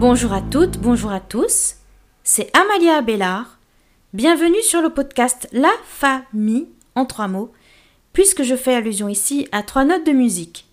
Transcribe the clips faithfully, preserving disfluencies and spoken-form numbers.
Bonjour à toutes, bonjour à tous, c'est Amalia Abélard. Bienvenue sur le podcast La Famille en trois mots, puisque je fais allusion ici à trois notes de musique.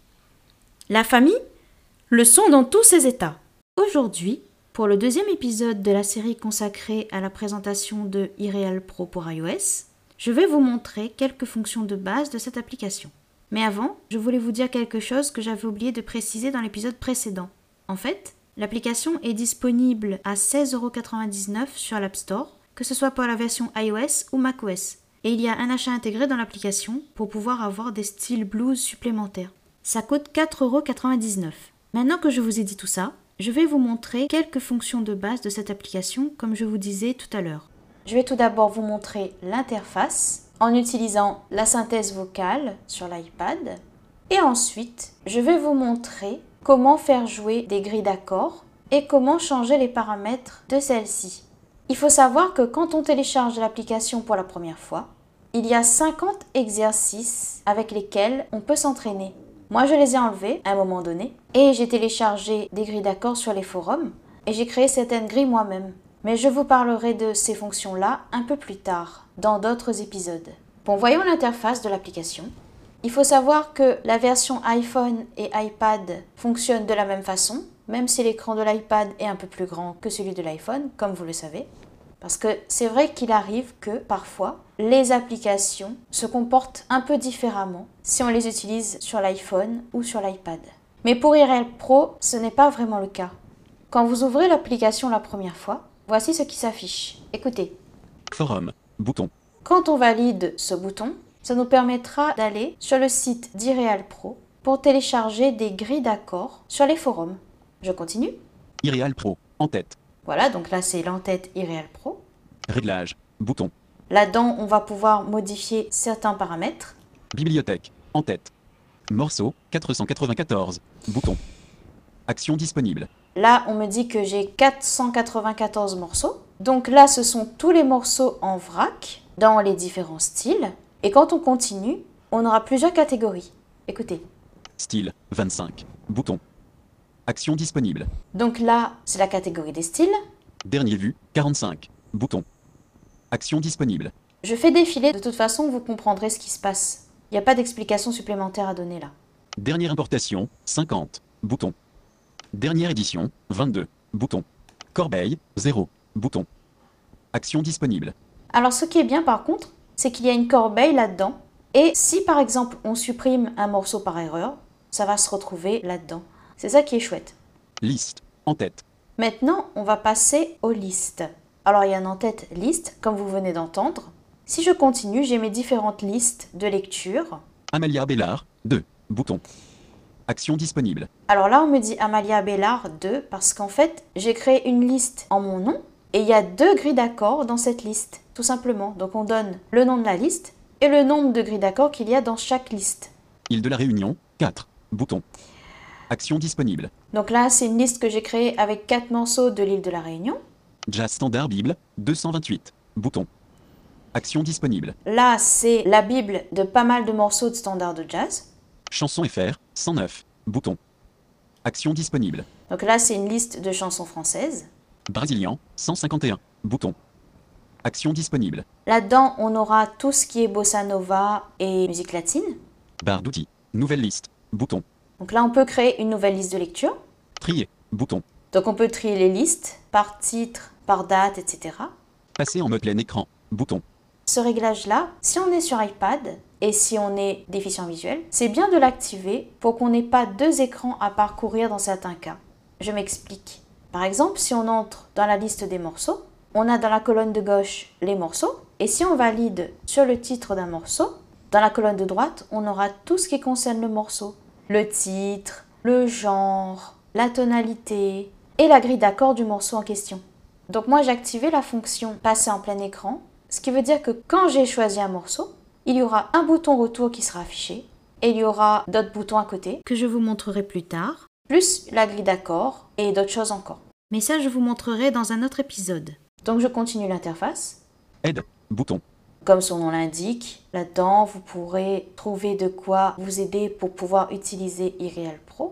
La famille, le son dans tous ses états. Aujourd'hui, pour le deuxième épisode de la série consacrée à la présentation de iReal Pro pour iOS, je vais vous montrer quelques fonctions de base de cette application. Mais avant, je voulais vous dire quelque chose que j'avais oublié de préciser dans l'épisode précédent. En fait, l'application est disponible à seize euros quatre-vingt-dix-neuf sur l'App Store, que ce soit pour la version iOS ou macOS. Et il y a un achat intégré dans l'application pour pouvoir avoir des styles blues supplémentaires. Ça coûte quatre euros quatre-vingt-dix-neuf. Maintenant que je vous ai dit tout ça, je vais vous montrer quelques fonctions de base de cette application, comme je vous disais tout à l'heure. Je vais tout d'abord vous montrer l'interface en utilisant la synthèse vocale sur l'iPad. Et ensuite, je vais vous montrer comment faire jouer des grilles d'accords et comment changer les paramètres de celle-ci. Il faut savoir que quand on télécharge l'application pour la première fois, il y a cinquante exercices avec lesquels on peut s'entraîner. Moi, je les ai enlevés à un moment donné et j'ai téléchargé des grilles d'accords sur les forums et j'ai créé certaines grilles moi-même. Mais je vous parlerai de ces fonctions-là un peu plus tard, dans d'autres épisodes. Bon, voyons l'interface de l'application. Il faut savoir que la version iPhone et iPad fonctionne de la même façon, même si l'écran de l'iPad est un peu plus grand que celui de l'iPhone, comme vous le savez. Parce que c'est vrai qu'il arrive que, parfois, les applications se comportent un peu différemment si on les utilise sur l'iPhone ou sur l'iPad. Mais pour iReal Pro, ce n'est pas vraiment le cas. Quand vous ouvrez l'application la première fois, voici ce qui s'affiche. Écoutez. Forum, bouton. Quand on valide ce bouton, ça nous permettra d'aller sur le site d'iReal Pro pour télécharger des grilles d'accords sur les forums. Je continue. iReal Pro, en tête. Voilà, donc là c'est l'entête iReal Pro. Réglage, bouton. Là-dedans, on va pouvoir modifier certains paramètres. Bibliothèque, en tête. Morceau, quatre cent quatre-vingt-quatorze, bouton. Action disponible. Là, on me dit que j'ai quatre cent quatre-vingt-quatorze morceaux. Donc là, ce sont tous les morceaux en vrac, dans les différents styles. Et quand on continue, on aura plusieurs catégories. Écoutez. Style, vingt-cinq, bouton. Action disponible. Donc là, c'est la catégorie des styles. Dernier vu, quarante-cinq, bouton. Action disponible. Je fais défiler, de toute façon, vous comprendrez ce qui se passe. Il n'y a pas d'explication supplémentaire à donner là. Dernière importation, cinquante, bouton. Dernière édition, vingt-deux, bouton. Corbeille, zéro, bouton. Action disponible. Alors ce qui est bien par contre, c'est qu'il y a une corbeille là-dedans. Et si par exemple on supprime un morceau par erreur, ça va se retrouver là-dedans. C'est ça qui est chouette. Liste, en tête. Maintenant, on va passer aux listes. Alors il y a un en-tête liste, comme vous venez d'entendre. Si je continue, j'ai mes différentes listes de lecture. Amalia Abélard, deux, bouton. Action disponible. Alors là, on me dit Amalia Abélard deux parce qu'en fait, j'ai créé une liste en mon nom et il y a deux grilles d'accords dans cette liste, tout simplement. Donc on donne le nom de la liste et le nombre de grilles d'accords qu'il y a dans chaque liste. Île de la Réunion, quatre, bouton. Action disponible. Donc là, c'est une liste que j'ai créée avec quatre morceaux de l'île de la Réunion. Jazz Standard Bible, deux cent vingt-huit, bouton. Action disponible. Là, c'est la Bible de pas mal de morceaux de standard de jazz. Chanson F R, cent neuf, bouton. Action disponible. Donc là, c'est une liste de chansons françaises. Brésilien, cent cinquante et un, bouton. Action disponible. Là-dedans, on aura tout ce qui est bossa nova et musique latine. Barre d'outils, nouvelle liste, bouton. Donc là, on peut créer une nouvelle liste de lecture. Trier, bouton. Donc on peut trier les listes par titre, par date, et cetera. Passer en mode plein écran, bouton. Ce réglage-là, si on est sur iPad et si on est déficient visuel, c'est bien de l'activer pour qu'on n'ait pas deux écrans à parcourir dans certains cas. Je m'explique. Par exemple, si on entre dans la liste des morceaux, on a dans la colonne de gauche les morceaux et si on valide sur le titre d'un morceau, dans la colonne de droite, on aura tout ce qui concerne le morceau. Le titre, le genre, la tonalité et la grille d'accords du morceau en question. Donc moi, j'ai activé la fonction passer en plein écran, ce qui veut dire que quand j'ai choisi un morceau, il y aura un bouton retour qui sera affiché et il y aura d'autres boutons à côté que je vous montrerai plus tard, plus la grille d'accords et d'autres choses encore. Mais ça, je vous montrerai dans un autre épisode. Donc je continue l'interface. Aide, bouton. Comme son nom l'indique, là-dedans, vous pourrez trouver de quoi vous aider pour pouvoir utiliser iReal Pro.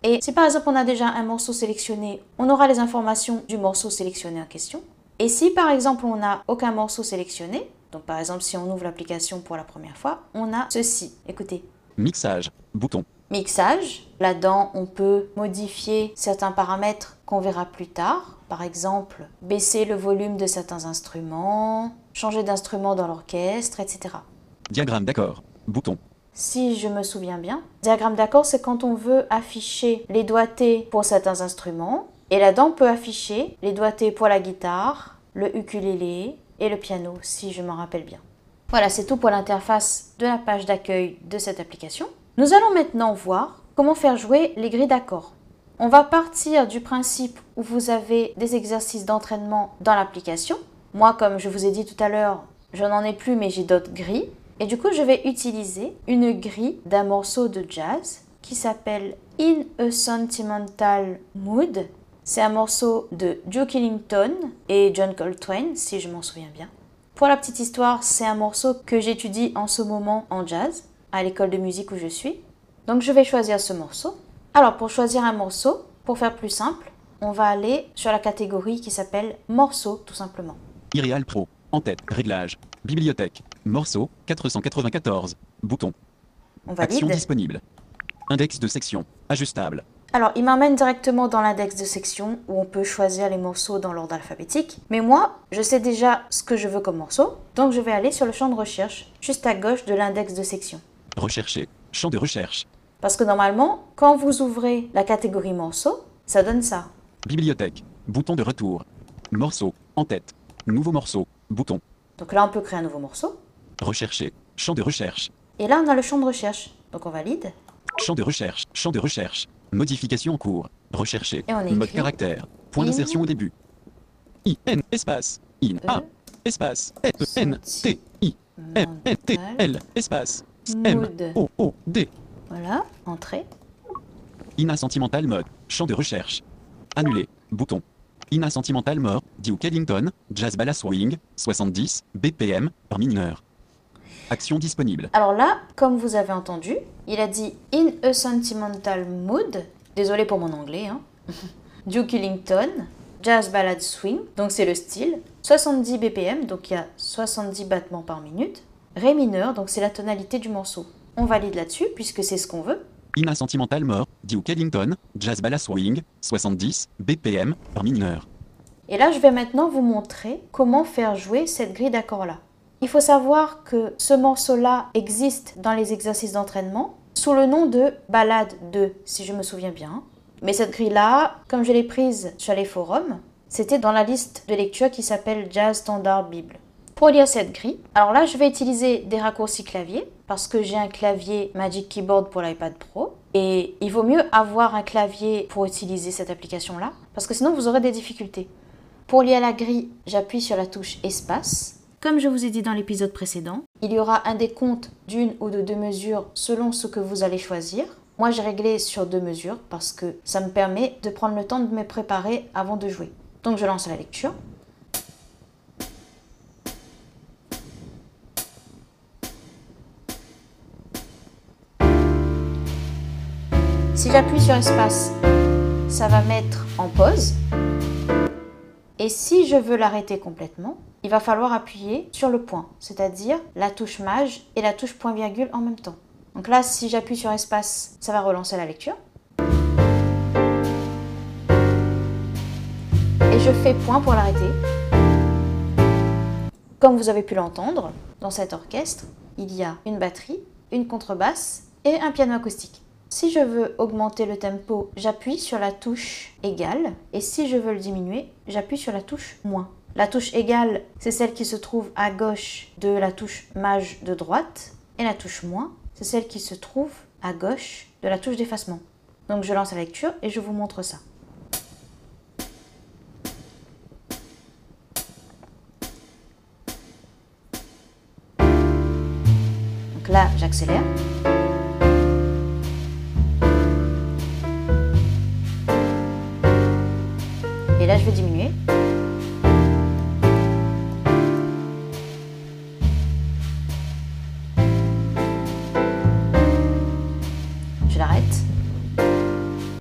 Et si par exemple on a déjà un morceau sélectionné, on aura les informations du morceau sélectionné en question. Et si par exemple on n'a aucun morceau sélectionné, donc par exemple si on ouvre l'application pour la première fois, on a ceci. Écoutez. Mixage, bouton. Mixage. Là-dedans, on peut modifier certains paramètres qu'on verra plus tard. Par exemple, baisser le volume de certains instruments, changer d'instrument dans l'orchestre, et cetera. Diagramme d'accord, bouton. Si je me souviens bien, diagramme d'accord, c'est quand on veut afficher les doigtés pour certains instruments. Et là-dedans, on peut afficher les doigtés pour la guitare, le ukulélé et le piano, si je m'en rappelle bien. Voilà, c'est tout pour l'interface de la page d'accueil de cette application. Nous allons maintenant voir comment faire jouer les grilles d'accords. On va partir du principe où vous avez des exercices d'entraînement dans l'application. Moi, comme je vous ai dit tout à l'heure, je n'en ai plus, mais j'ai d'autres grilles. Et du coup, je vais utiliser une grille d'un morceau de jazz qui s'appelle In a Sentimental Mood. C'est un morceau de Duke Ellington et John Coltrane, si je m'en souviens bien. Pour la petite histoire, c'est un morceau que j'étudie en ce moment en jazz, à l'école de musique où je suis. Donc je vais choisir ce morceau. Alors pour choisir un morceau, pour faire plus simple, on va aller sur la catégorie qui s'appelle morceau tout simplement. Ireal Pro, en tête, réglage, bibliothèque, morceau, quatre cent quatre-vingt-quatorze, bouton. On valide. Action disponible. Index de section, ajustable. Alors il m'emmène directement dans l'index de section où on peut choisir les morceaux dans l'ordre alphabétique. Mais moi, je sais déjà ce que je veux comme morceau, donc je vais aller sur le champ de recherche, juste à gauche de l'index de section. Rechercher, champ de recherche. Parce que normalement, quand vous ouvrez la catégorie morceau, ça donne ça. Bibliothèque, bouton de retour. Morceau, en tête. Nouveau morceau, bouton. Donc là, on peut créer un nouveau morceau. Rechercher, champ de recherche. Et là, on a le champ de recherche. Donc on valide. Champ de recherche, champ de recherche. Modification en cours. Rechercher. Et on écrit Mode caractère. Point in d'insertion au début. I N espace. In A. Espace. E N T I M N T L espace. M Mood. O O D. Voilà, entrée. Ina Sentimental Mode. Champ de recherche. Annuler. Bouton. Ina Sentimental Mode. Duke Ellington. Jazz Ballad Swing. soixante-dix. B P M. Par mineur. Action disponible. Alors là, comme vous avez entendu, il a dit In a Sentimental Mood. Désolé pour mon anglais. Hein. Duke Ellington. Jazz Ballad Swing. Donc c'est le style. soixante-dix B P M. Donc il y a soixante-dix battements par minute. Ré mineur. Donc c'est la tonalité du morceau. On valide là-dessus puisque c'est ce qu'on veut. Ina Sentimental Mode. Duke Ellington. Jazz Ballad Swing. soixante-dix. B P M. Par mineur. Et là, je vais maintenant vous montrer comment faire jouer cette grille d'accords-là. Il faut savoir que ce morceau-là existe dans les exercices d'entraînement sous le nom de Ballade deux, si je me souviens bien. Mais cette grille-là, comme je l'ai prise sur les forums, c'était dans la liste de lecture qui s'appelle Jazz Standard Bible. Pour lire cette grille, alors là, je vais utiliser des raccourcis clavier parce que j'ai un clavier Magic Keyboard pour l'iPad Pro. Et il vaut mieux avoir un clavier pour utiliser cette application-là parce que sinon, vous aurez des difficultés. Pour lire la grille, j'appuie sur la touche Espace. Comme je vous ai dit dans l'épisode précédent, il y aura un décompte d'une ou de deux mesures selon ce que vous allez choisir. Moi, j'ai réglé sur deux mesures parce que ça me permet de prendre le temps de me préparer avant de jouer. Donc, je lance la lecture. Si j'appuie sur Espace, ça va mettre en pause. Et si je veux l'arrêter complètement, il va falloir appuyer sur le point, c'est-à-dire la touche Maj et la touche point-virgule en même temps. Donc là, si j'appuie sur Espace, ça va relancer la lecture. Et je fais point pour l'arrêter. Comme vous avez pu l'entendre, dans cet orchestre, il y a une batterie, une contrebasse et un piano acoustique. Si je veux augmenter le tempo, j'appuie sur la touche égale. Et si je veux le diminuer, j'appuie sur la touche moins. La touche égale, c'est celle qui se trouve à gauche de la touche Maj de droite. Et la touche moins, c'est celle qui se trouve à gauche de la touche d'effacement. Donc je lance la lecture et je vous montre ça. Donc là, j'accélère. Et là, je vais diminuer. Je l'arrête.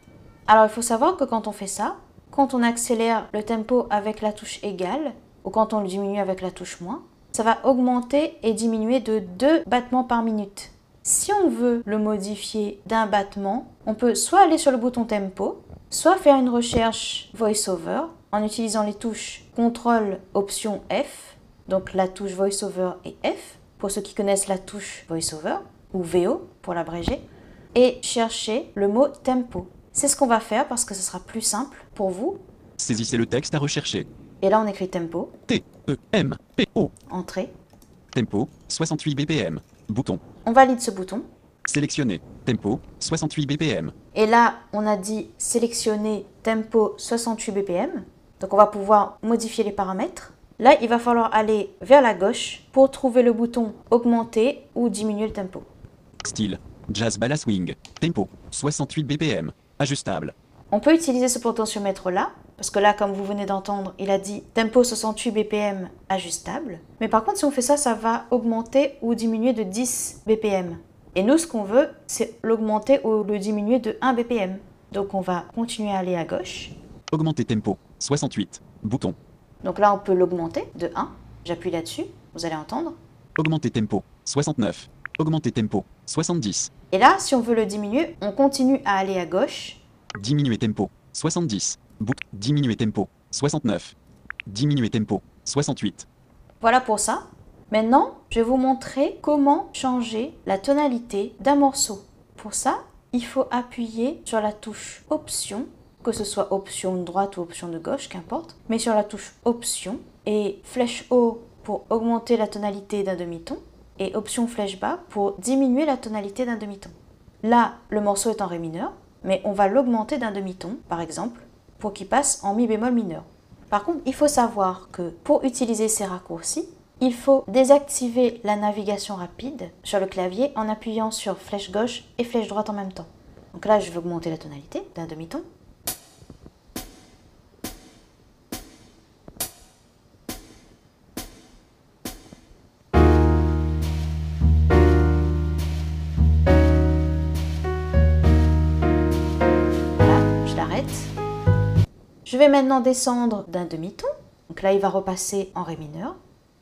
Alors il faut savoir que quand on fait ça, quand on accélère le tempo avec la touche égale, ou quand on le diminue avec la touche moins, ça va augmenter et diminuer de deux battements par minute. Si on veut le modifier d'un battement, on peut soit aller sur le bouton tempo, soit faire une recherche voiceover en utilisant les touches contrôle option F, donc la touche voiceover et F, pour ceux qui connaissent la touche voiceover, ou V O pour l'abréger, et chercher le mot tempo. C'est ce qu'on va faire parce que ce sera plus simple pour vous. Saisissez le texte à rechercher. Et là on écrit tempo. T E M P O. Entrée. Tempo, soixante-huit B P M. Bouton. On valide ce bouton. Sélectionner. Tempo, soixante-huit B P M. Et là, on a dit sélectionner tempo soixante-huit B P M. Donc on va pouvoir modifier les paramètres. Là, il va falloir aller vers la gauche pour trouver le bouton augmenter ou diminuer le tempo. Style. Jazz Bala Swing. Tempo, soixante-huit B P M. Ajustable. On peut utiliser ce potentiomètre là, parce que là, comme vous venez d'entendre, il a dit tempo soixante-huit B P M ajustable. Mais par contre, si on fait ça, ça va augmenter ou diminuer de dix B P M. Et nous, ce qu'on veut, c'est l'augmenter ou le diminuer de un B P M. Donc on va continuer à aller à gauche. Augmenter tempo, soixante-huit. Bouton. Donc là, on peut l'augmenter de un. J'appuie là-dessus, vous allez entendre. Augmenter tempo, soixante-neuf. Augmenter tempo, soixante-dix. Et là, si on veut le diminuer, on continue à aller à gauche. Diminuer tempo, soixante-dix. Bout. Diminuer tempo, soixante-neuf. Diminuer tempo, soixante-huit. Voilà pour ça. Maintenant, je vais vous montrer comment changer la tonalité d'un morceau. Pour ça, il faut appuyer sur la touche Option, que ce soit option de droite ou option de gauche, qu'importe, mais sur la touche Option et flèche haut pour augmenter la tonalité d'un demi-ton et option flèche bas pour diminuer la tonalité d'un demi-ton. Là, le morceau est en ré mineur, mais on va l'augmenter d'un demi-ton, par exemple, pour qu'il passe en mi bémol mineur. Par contre, il faut savoir que pour utiliser ces raccourcis, il faut désactiver la navigation rapide sur le clavier en appuyant sur flèche gauche et flèche droite en même temps. Donc là, je vais augmenter la tonalité d'un demi-ton. Voilà, je l'arrête. Je vais maintenant descendre d'un demi-ton. Donc là, il va repasser en ré mineur.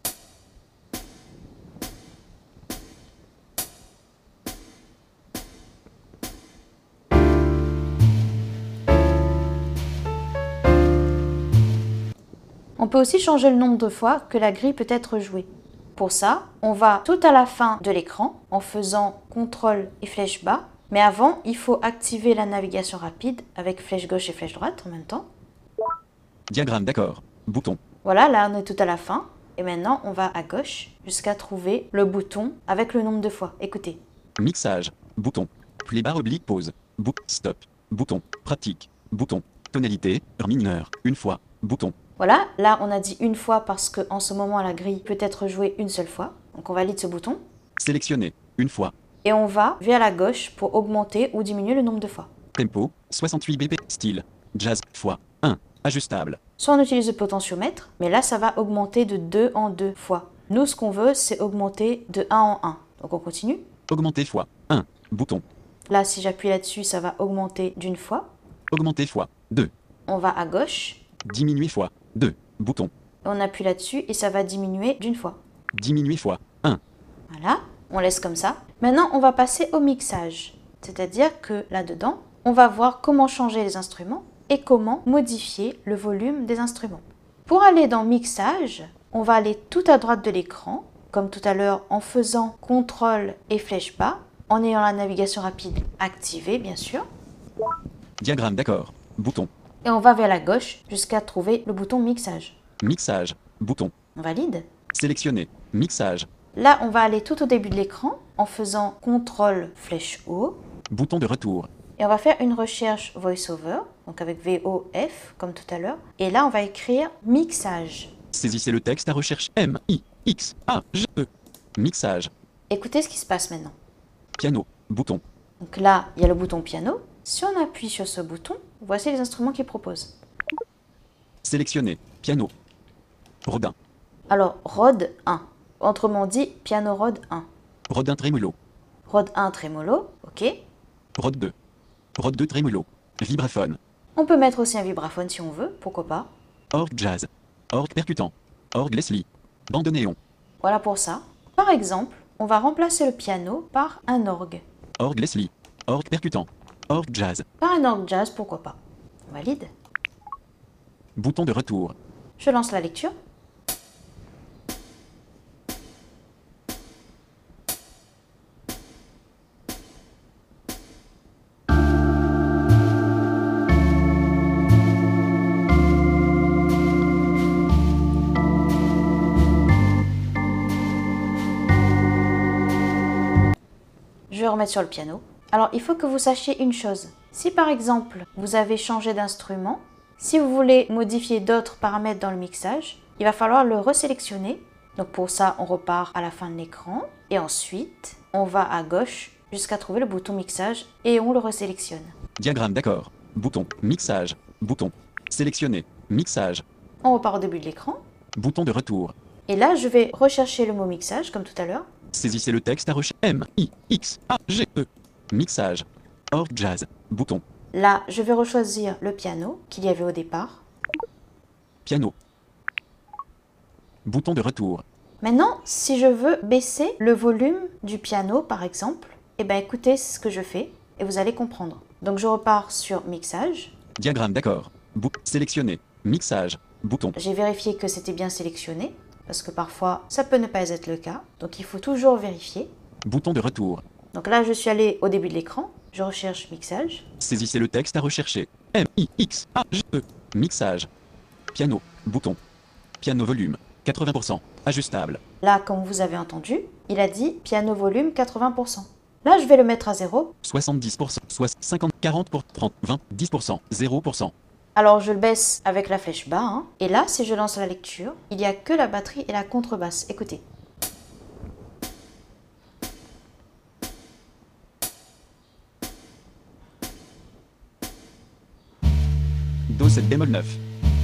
On peut aussi changer le nombre de fois que la grille peut être jouée. Pour ça, on va tout à la fin de l'écran en faisant contrôle et flèche bas. Mais avant, il faut activer la navigation rapide avec flèche gauche et flèche droite en même temps. Diagramme d'accord. Bouton. Voilà, là on est tout à la fin. Et maintenant, on va à gauche jusqu'à trouver le bouton avec le nombre de fois. Écoutez. Mixage. Bouton. Play barre oblique pause. Bout. Stop. Bouton. Pratique. Bouton. Tonalité. Ré mineur. Une fois. Bouton. Voilà, là on a dit une fois parce qu'en ce moment la grille peut être jouée une seule fois. Donc on valide ce bouton. Sélectionner. Une fois. Et on va vers la gauche pour augmenter ou diminuer le nombre de fois. Tempo. soixante-huit B P. Style. Jazz. Fois. un. Ajustable. Soit on utilise le potentiomètre, mais là ça va augmenter de deux en deux fois. Nous ce qu'on veut c'est augmenter de un en un. Donc on continue. Augmenter fois. un. Bouton. Là si j'appuie là-dessus ça va augmenter d'une fois. Augmenter fois. deux. On va à gauche. Diminuer fois. deux. Bouton. On appuie là-dessus et ça va diminuer d'une fois. Diminuer fois. un. Voilà, on laisse comme ça. Maintenant on va passer au mixage. C'est-à-dire que là-dedans, on va voir comment changer les instruments et comment modifier le volume des instruments. Pour aller dans mixage, on va aller tout à droite de l'écran, comme tout à l'heure en faisant contrôle et flèche bas, en ayant la navigation rapide activée bien sûr. Diagramme d'accord. Bouton. Et on va vers la gauche jusqu'à trouver le bouton mixage. Mixage. Bouton. On valide. Sélectionner. Mixage. Là, on va aller tout au début de l'écran en faisant contrôle flèche haut. Bouton de retour. Et on va faire une recherche voiceover, donc avec V O F comme tout à l'heure. Et là, on va écrire mixage. Saisissez le texte à recherche M I X A G E. Mixage. Écoutez ce qui se passe maintenant. Piano. Bouton. Donc là, il y a le bouton piano. Si on appuie sur ce bouton, voici les instruments qu'il propose. Sélectionner. Piano. Rodin. Alors, Rode un. Autrement dit, piano Rode un. Rodin trémolo. Rode un trémolo, ok. Rode deux. Rode deux trémolo. Vibraphone. On peut mettre aussi un vibraphone si on veut, pourquoi pas. Orgue jazz. Orgue percutant. Orgue Leslie. Bande néon. Voilà pour ça. Par exemple, on va remplacer le piano par un orgue. Orgue Leslie. Orgue percutant. Orgue jazz. Par un orgue jazz, pourquoi pas. On valide. Bouton de retour. Je lance la lecture. Je vais remettre sur le piano. Alors, il faut que vous sachiez une chose. Si par exemple, vous avez changé d'instrument, si vous voulez modifier d'autres paramètres dans le mixage, il va falloir le resélectionner. Donc pour ça, on repart à la fin de l'écran. Et ensuite, on va à gauche jusqu'à trouver le bouton mixage et on le resélectionne. Diagramme d'accord. Bouton. Mixage. Bouton. Sélectionner. Mixage. On repart au début de l'écran. Bouton de retour. Et là, je vais rechercher le mot mixage comme tout à l'heure. Saisissez le texte à recherche. M, I, X, A, G, E. Mixage. Orgue jazz. Bouton. Là, je vais rechoisir le piano qu'il y avait au départ. Piano. Bouton de retour. Maintenant, si je veux baisser le volume du piano, par exemple, eh bien écoutez ce que je fais et vous allez comprendre. Donc je repars sur mixage. Diagramme d'accord. Bouton. Sélectionner. Mixage. Bouton. J'ai vérifié que c'était bien sélectionné, parce que parfois ça peut ne pas être le cas. Donc il faut toujours vérifier. Bouton de retour. Donc là, je suis allé au début de l'écran. Je recherche mixage. Saisissez le texte à rechercher. M, I, X, A, G, E. Mixage. Piano. Bouton. Piano volume. quatre-vingts pour cent. Ajustable. Là, comme vous avez entendu, il a dit piano volume quatre-vingts pour cent. Là, je vais le mettre à zéro. soixante-dix pour cent. Soit cinquante, quarante pour trente, vingt, dix pour cent. zéro pour cent. Alors, je le baisse avec la flèche bas. Hein. Et là, si je lance la lecture, il n'y a que la batterie et la contrebasse. Écoutez. Do sept bémol neuf.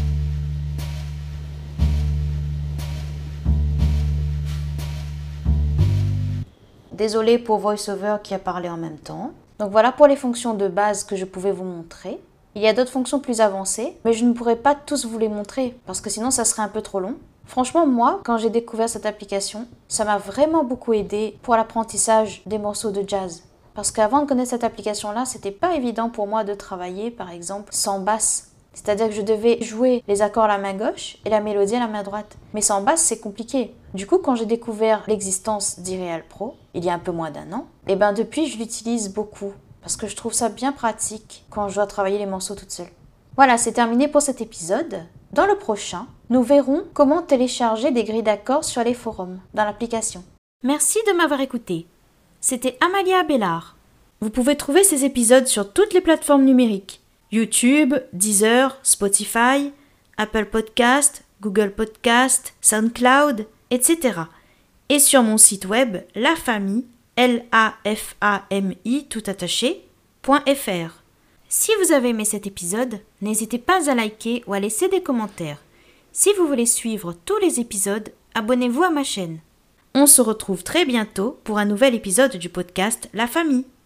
Désolé pour VoiceOver qui a parlé en même temps. Donc voilà pour les fonctions de base que je pouvais vous montrer. Il y a d'autres fonctions plus avancées, mais je ne pourrais pas tous vous les montrer parce que sinon ça serait un peu trop long. Franchement, moi, quand j'ai découvert cette application, ça m'a vraiment beaucoup aidé pour l'apprentissage des morceaux de jazz. Parce qu'avant de connaître cette application-là, c'était pas évident pour moi de travailler, par exemple, sans basse. C'est-à-dire que je devais jouer les accords à la main gauche et la mélodie à la main droite. Mais sans basse, c'est compliqué. Du coup, quand j'ai découvert l'existence d'Ireal Pro, il y a un peu moins d'un an, et ben depuis, je l'utilise beaucoup. Parce que je trouve ça bien pratique quand je dois travailler les morceaux toute seule. Voilà, c'est terminé pour cet épisode. Dans le prochain, nous verrons comment télécharger des grilles d'accords sur les forums, dans l'application. Merci de m'avoir écouté. C'était Amalia Abellard. Vous pouvez trouver ces épisodes sur toutes les plateformes numériques. YouTube, Deezer, Spotify, Apple Podcast, Google Podcast, SoundCloud, et cetera. Et sur mon site web La Famille, L A F A M I tout attaché, .fr. Si vous avez aimé cet épisode, n'hésitez pas à liker ou à laisser des commentaires. Si vous voulez suivre tous les épisodes, abonnez-vous à ma chaîne. On se retrouve très bientôt pour un nouvel épisode du podcast La Famille.